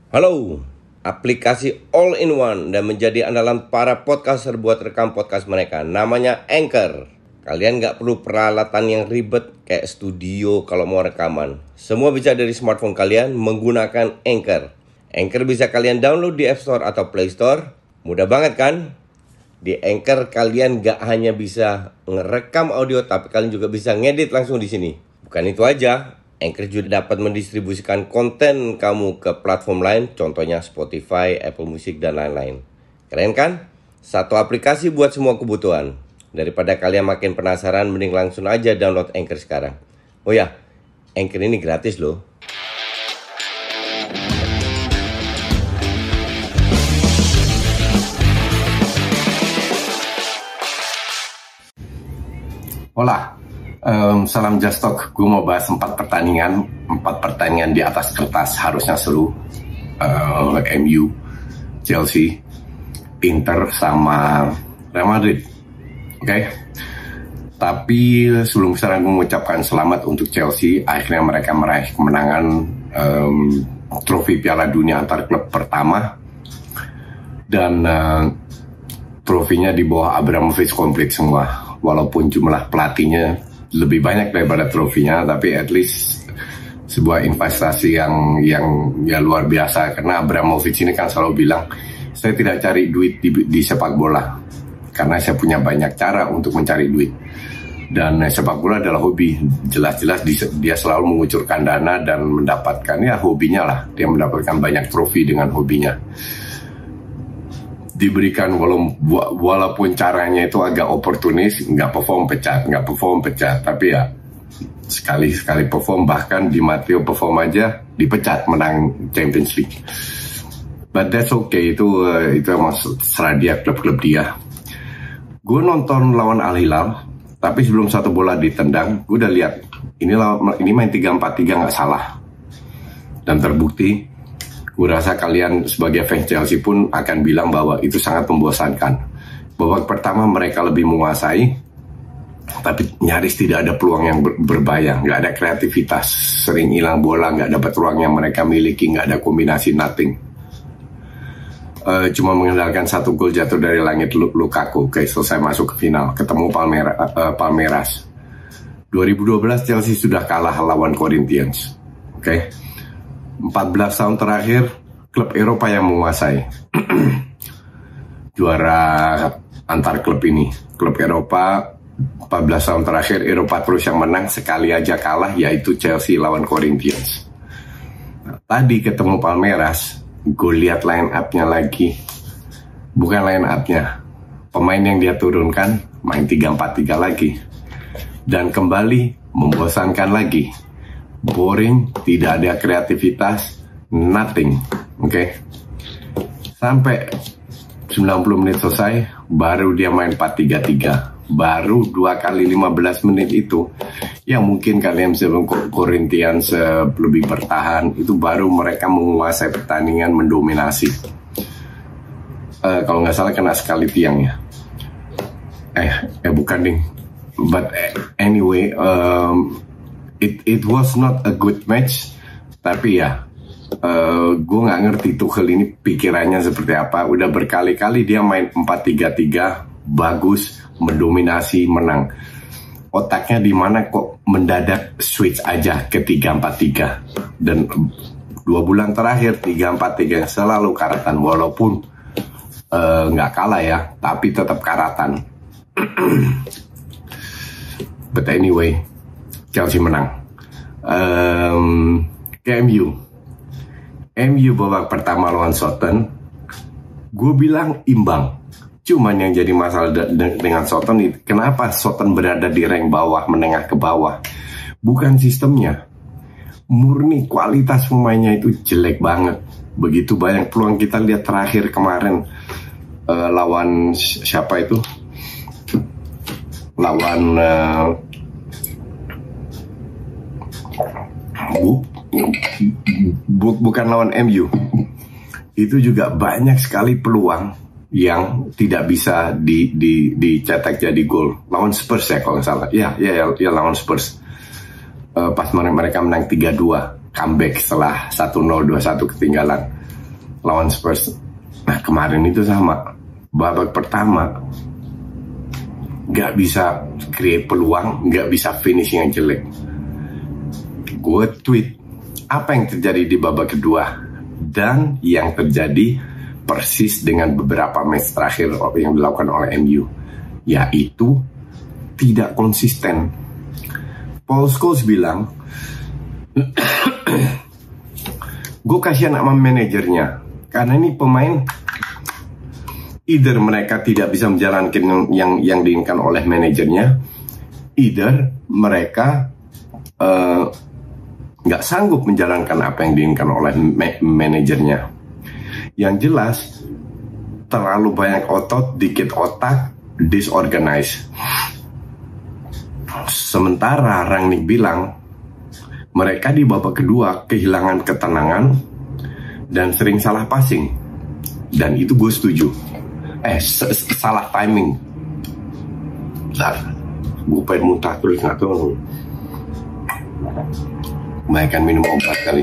Halo, aplikasi all-in-one dan menjadi andalan para podcaster buat rekam podcast mereka. Namanya Anchor. Kalian nggak perlu peralatan yang ribet kayak studio kalau mau rekaman. Semua bisa dari smartphone kalian menggunakan Anchor. Anchor bisa kalian download di App Store atau Play Store. Mudah banget kan? Di Anchor kalian nggak hanya bisa ngerekam audio, tapi kalian juga bisa ngedit langsung di sini. Bukan itu aja, Anchor juga dapat mendistribusikan konten kamu ke platform lain, contohnya Spotify, Apple Music, dan lain-lain. Keren kan? Satu aplikasi buat semua kebutuhan. Daripada kalian makin penasaran, mending langsung aja download Anchor sekarang. Oh ya, Anchor ini gratis loh. Hola, salam Just Talk. Gue mau bahas 4 pertandingan di atas kertas harusnya seru. MU, Chelsea, Inter, sama Real Madrid. Oke? Tapi sebelum kesana gue mengucapkan selamat untuk Chelsea. Akhirnya mereka meraih kemenangan trofi Piala Dunia antar klub pertama. Dan trofinya di bawah Abramovich komplit semua. Walaupun jumlah pelatihnya lebih banyak daripada trofinya, tapi at least sebuah investasi yang ya luar biasa. Karena Abramovich ini kan selalu bilang, saya tidak cari duit di sepak bola, karena saya punya banyak cara untuk mencari duit. Dan sepak bola adalah hobi. Jelas-jelas dia selalu mengucurkan dana dan mendapatkan, ya hobinya lah. Dia mendapatkan banyak trofi dengan hobinya. Diberikan walaupun caranya itu agak oportunis, nggak perform pecat, tapi ya sekali perform, bahkan di Matteo perform aja dipecat menang Champions League. But that's okay, itu emang serah dia, klub-klub dia. Gue nonton lawan Al Hilal, tapi sebelum satu bola ditendang, gue udah lihat ini main 3-4-3 nggak salah, dan terbukti. Gue rasa kalian sebagai fans Chelsea pun akan bilang bahwa itu sangat membosankan. Babak pertama mereka lebih menguasai, tapi nyaris tidak ada peluang yang berbahaya. Nggak ada kreativitas, sering hilang bola, nggak dapat ruang yang mereka miliki, nggak ada kombinasi, nothing. Cuma mengandalkan satu gol jatuh dari langit Lukaku. Oke, selesai masuk ke final, ketemu Palmeiras. 2012 Chelsea sudah kalah lawan Corinthians. Oke. 14 tahun terakhir klub Eropa yang menguasai juara antar klub ini. Klub Eropa 14 tahun terakhir Eropa terus yang menang, sekali aja kalah, yaitu Chelsea lawan Corinthians. Tadi ketemu Palmeiras, gue lihat line up-nya lagi. Bukan line up-nya, pemain yang dia turunkan main 3-4-3 lagi. Dan kembali membosankan lagi. Boring, tidak ada kreativitas, nothing. Oke. Sampai 90 menit selesai, baru dia main 4-3-3. Baru 2 kali 15 menit itu, yang mungkin kalian sebelum Corinthians lebih bertahan, itu baru mereka menguasai pertandingan, mendominasi. Kalau nggak salah kena sekali tiangnya. Bukan ding. But anyway, It was not a good match, tapi ya, gue nggak ngerti Tuchel ini pikirannya seperti apa. Udah berkali-kali dia main 4-3-3, bagus, mendominasi, menang. Otaknya di mana kok mendadak switch aja ke 3-4-3. Dan 2 bulan terakhir 3-4-3 selalu karatan, walaupun nggak kalah ya, tapi tetap karatan. But anyway, Chelsea menang. Ke MU babak pertama lawan Southampton, gue bilang imbang. Cuman yang jadi masalah dengan Southampton, kenapa Southampton berada di rank bawah, menengah ke bawah? Bukan sistemnya, murni kualitas pemainnya itu jelek banget. Begitu banyak peluang kita lihat terakhir kemarin lawan siapa itu? Lawan bukan lawan MU. Itu juga banyak sekali peluang yang tidak bisa dicetak jadi gol. Lawan Spurs ya kalau nggak salah. Ya lawan Spurs. Pas mereka menang 3-2, comeback setelah 1-0, 2-1 ketinggalan. lawan Spurs. Nah kemarin itu sama, babak pertama gak bisa create peluang, gak bisa finishing yang jelek. Gue tweet apa yang terjadi di babak kedua, dan yang terjadi persis dengan beberapa match terakhir yang dilakukan oleh MU, yaitu tidak konsisten. Paul Scholes bilang, gue kasihan sama manajernya, karena ini pemain either mereka tidak bisa menjalankan yang diinginkan oleh manajernya, either mereka nggak sanggup menjalankan apa yang diinginkan oleh manajernya. Yang jelas terlalu banyak otot, dikit otak, disorganized. Sementara Rangnick bilang mereka di babak kedua kehilangan ketenangan dan sering salah passing, dan itu gue setuju. Salah timing. Bentar, gue pengen muntah terus, nggak tahu. Kebanyakan minum obat kali.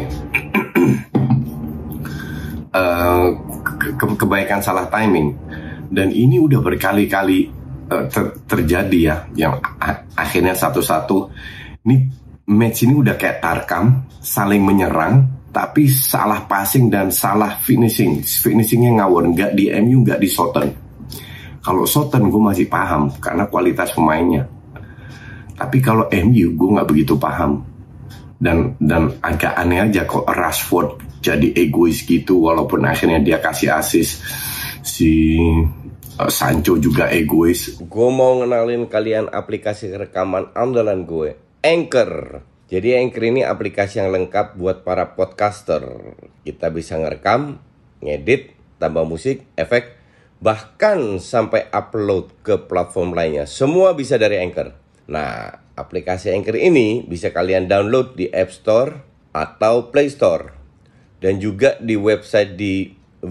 Kebaikan salah timing, dan ini udah berkali-kali terjadi ya, yang akhirnya satu-satu. Ini match ini udah kayak tarkam, saling menyerang tapi salah passing dan salah finishingnya ngawur. Nggak di MU, nggak di Southampton. Kalau Southampton gue masih paham karena kualitas pemainnya, tapi kalau MU gue nggak begitu paham. Dan agak aneh aja kok Rashford jadi egois gitu, walaupun akhirnya dia kasih assist. Si Sancho juga egois. Gue mau ngenalin kalian aplikasi rekaman andalan gue, Anchor. Jadi Anchor ini aplikasi yang lengkap buat para podcaster. Kita bisa ngerekam, ngedit, tambah musik, efek, bahkan sampai upload ke platform lainnya. Semua bisa dari Anchor. Nah, aplikasi Anchor ini bisa kalian download di App Store atau Play Store, dan juga di website di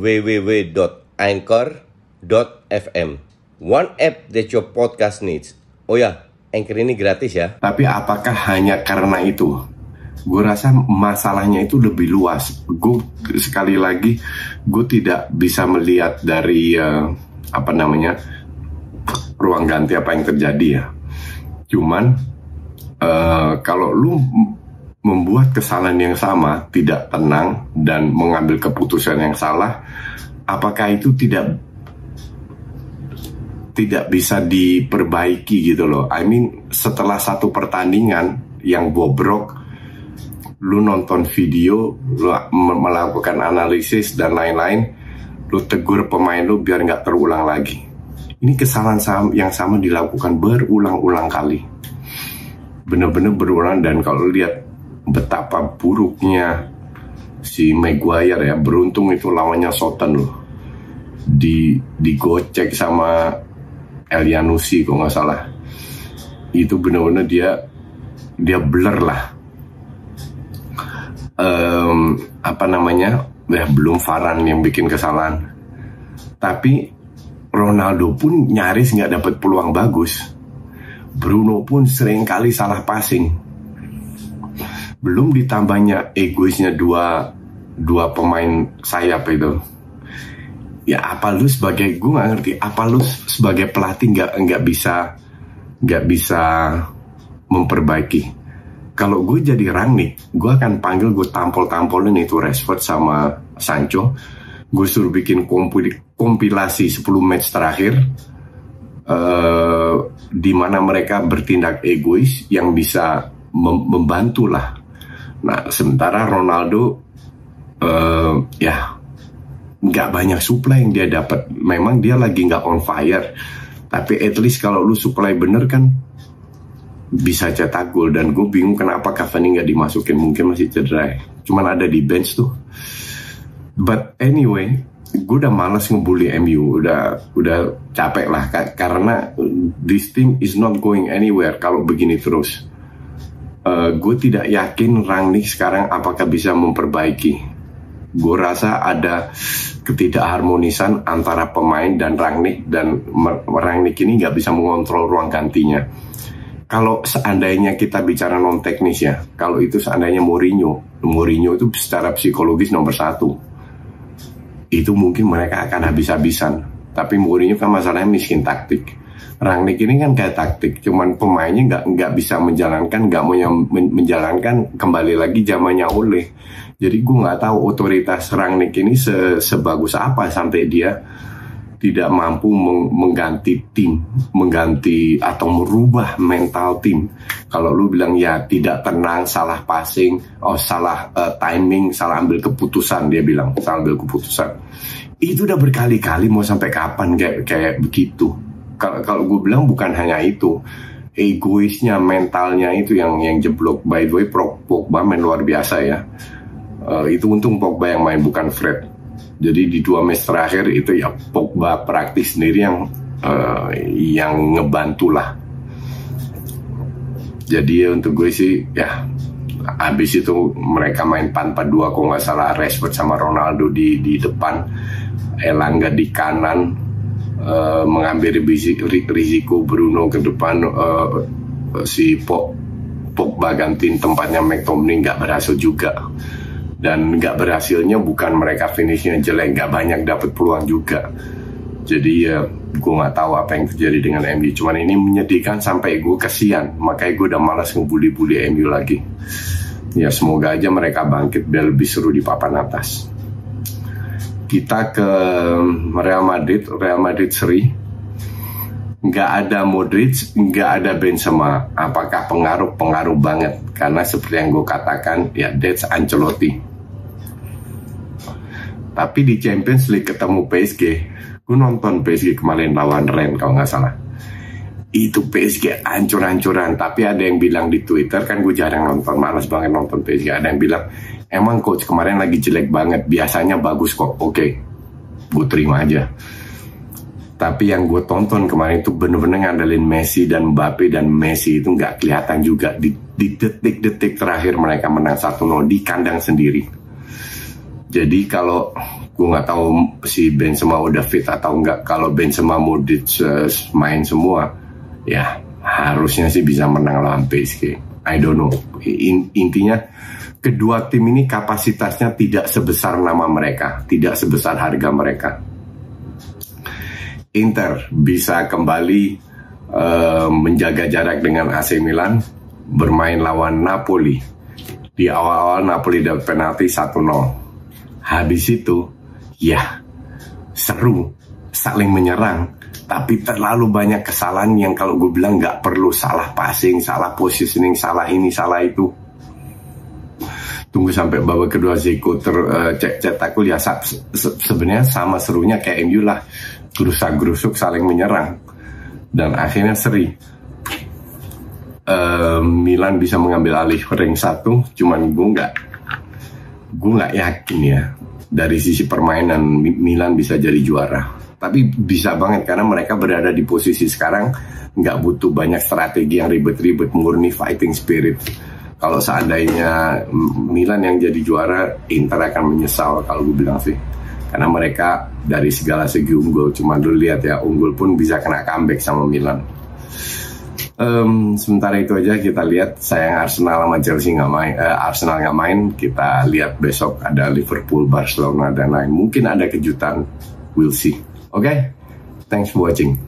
www.anchor.fm. One app that your podcast needs. Oh ya, Anchor ini gratis ya. Tapi apakah hanya karena itu? Gue rasa masalahnya itu lebih luas. Gue sekali lagi, gue tidak bisa melihat dari ruang ganti apa yang terjadi ya. Cuman kalau lu membuat kesalahan yang sama, tidak tenang dan mengambil keputusan yang salah, apakah itu tidak bisa diperbaiki gitu loh? I mean, setelah satu pertandingan yang bobrok, lu nonton video, lu melakukan analisis dan lain-lain, lu tegur pemain lu biar nggak terulang lagi. Ini kesalahan yang sama dilakukan berulang-ulang kali. Bener-bener berulang, dan kalau lihat betapa buruknya si Maguire ya, beruntung itu lawannya Southampton loh. Digocek sama Elyounoussi kok nggak salah. Itu bener-bener dia blur lah. Belum Varane yang bikin kesalahan. Tapi Ronaldo pun nyaris nggak dapat peluang bagus. Bruno pun sering kali salah passing. Belum ditambahnya egoisnya dua pemain sayap itu. Ya apa lu sebagai, gue nggak ngerti, apa lu sebagai pelatih nggak bisa memperbaiki. Kalau gue jadi Rangnick, gue akan panggil, gue tampol-tampolin itu Rashford sama Sancho. Gue suruh bikin kompilasi 10 match terakhir di mana mereka bertindak egois yang bisa membantu lah. Nah, sementara Ronaldo nggak banyak supply yang dia dapat. Memang dia lagi nggak on fire, tapi at least kalau lu supply bener kan bisa cetak gol. Dan gue bingung kenapa Cavani nggak dimasukin, mungkin masih cedera, cuman ada di bench tuh. But anyway, gue udah malas ngebully MU, udah capek lah, karena this team is not going anywhere kalau begini terus. Gue tidak yakin Rangnick sekarang apakah bisa memperbaiki. Gue rasa ada ketidakharmonisan antara pemain dan Rangnick, dan Rangnick ini nggak bisa mengontrol ruang gantinya. Kalau seandainya kita bicara non teknis ya, kalau itu seandainya Mourinho itu secara psikologis nomor 1. itu mungkin mereka akan habis-habisan. Tapi Mourinho kan masalahnya miskin taktik. Rangnick ini kan kayak taktik, cuman pemainnya nggak bisa menjalankan, nggak mau menjalankan, kembali lagi zamannya Ole. Jadi gue nggak tahu otoritas Rangnick ini sebagus apa sampai dia tidak mampu mengganti tim, mengganti atau merubah mental tim. Kalau lu bilang ya tidak tenang, salah passing, salah timing, salah ambil keputusan, dia bilang salah ambil keputusan. Itu udah berkali-kali, mau sampai kapan kayak begitu? Kalau gue bilang bukan hanya itu, egoisnya, mentalnya itu yang jeblok. By the way, Pogba main luar biasa ya. Itu untung Pogba yang main, bukan Fred. Jadi di 2 match terakhir itu ya Pogba praktis sendiri yang ngebantu lah. Jadi ya untuk gue sih ya, habis itu mereka main 4-4-2 kalau nggak salah, Rashford sama Ronaldo di depan, Elanga di kanan, mengambil risiko Bruno ke depan, si Pogba gantiin tempatnya McTominay, nggak berhasil juga. Dan nggak berhasilnya bukan mereka finishnya jelek, nggak banyak dapat peluang juga. Jadi ya gue nggak tahu apa yang terjadi dengan MU. Cuman ini menyedihkan sampai gue kasihan, makanya gue udah malas ngebully-bully MU lagi. Ya semoga aja mereka bangkit biar lebih seru di papan atas. Kita ke Real Madrid seri. Nggak ada Modric, nggak ada Benzema. Apakah pengaruh banget? Karena seperti yang gue katakan, ya that's Ancelotti. Tapi di Champions League ketemu PSG, gue nonton PSG kemarin lawan Rennes kalau nggak salah. Itu PSG hancur-hancuran. Tapi ada yang bilang di Twitter, kan gue jarang nonton, malas banget nonton PSG. Ada yang bilang, emang coach kemarin lagi jelek banget, biasanya bagus kok. Oke, gue terima aja. Tapi yang gue tonton kemarin itu bener-bener ngandelin Messi dan Mbappe, dan Messi itu nggak kelihatan juga di detik-detik terakhir mereka menang 1-0 di kandang sendiri. Jadi kalau gue nggak tahu si Benzema udah fit atau enggak, kalau Benzema Modric main semua, ya harusnya sih bisa menang lawan PSG. I don't know. Intinya kedua tim ini kapasitasnya tidak sebesar nama mereka, tidak sebesar harga mereka. Inter bisa kembali menjaga jarak dengan AC Milan, bermain lawan Napoli. Di awal-awal Napoli dapat penalti 1-0. Habis itu, ya seru, saling menyerang. Tapi terlalu banyak kesalahan yang kalau gue bilang nggak perlu, salah passing, salah positioning, salah ini, salah itu. Tunggu sampai babak kedua Zico cetak gol, ya sebenarnya sama serunya kayak MU lah, gerusak-gerusuk saling menyerang, dan akhirnya seri. Milan bisa mengambil alih ring 1, cuman gue nggak yakin ya dari sisi permainan Milan bisa jadi juara. Tapi bisa banget karena mereka berada di posisi sekarang, nggak butuh banyak strategi yang ribet-ribet, murni fighting spirit. Kalau seandainya Milan yang jadi juara, Inter akan menyesal kalau gue bilang sih. Karena mereka dari segala segi unggul. Cuma dulu lihat ya, unggul pun bisa kena comeback sama Milan. Sementara itu aja kita lihat. Sayang Arsenal sama Chelsea nggak main. Arsenal nggak main. Kita lihat besok ada Liverpool, Barcelona dan lain. Mungkin ada kejutan. We'll see. Okay? Thanks for watching.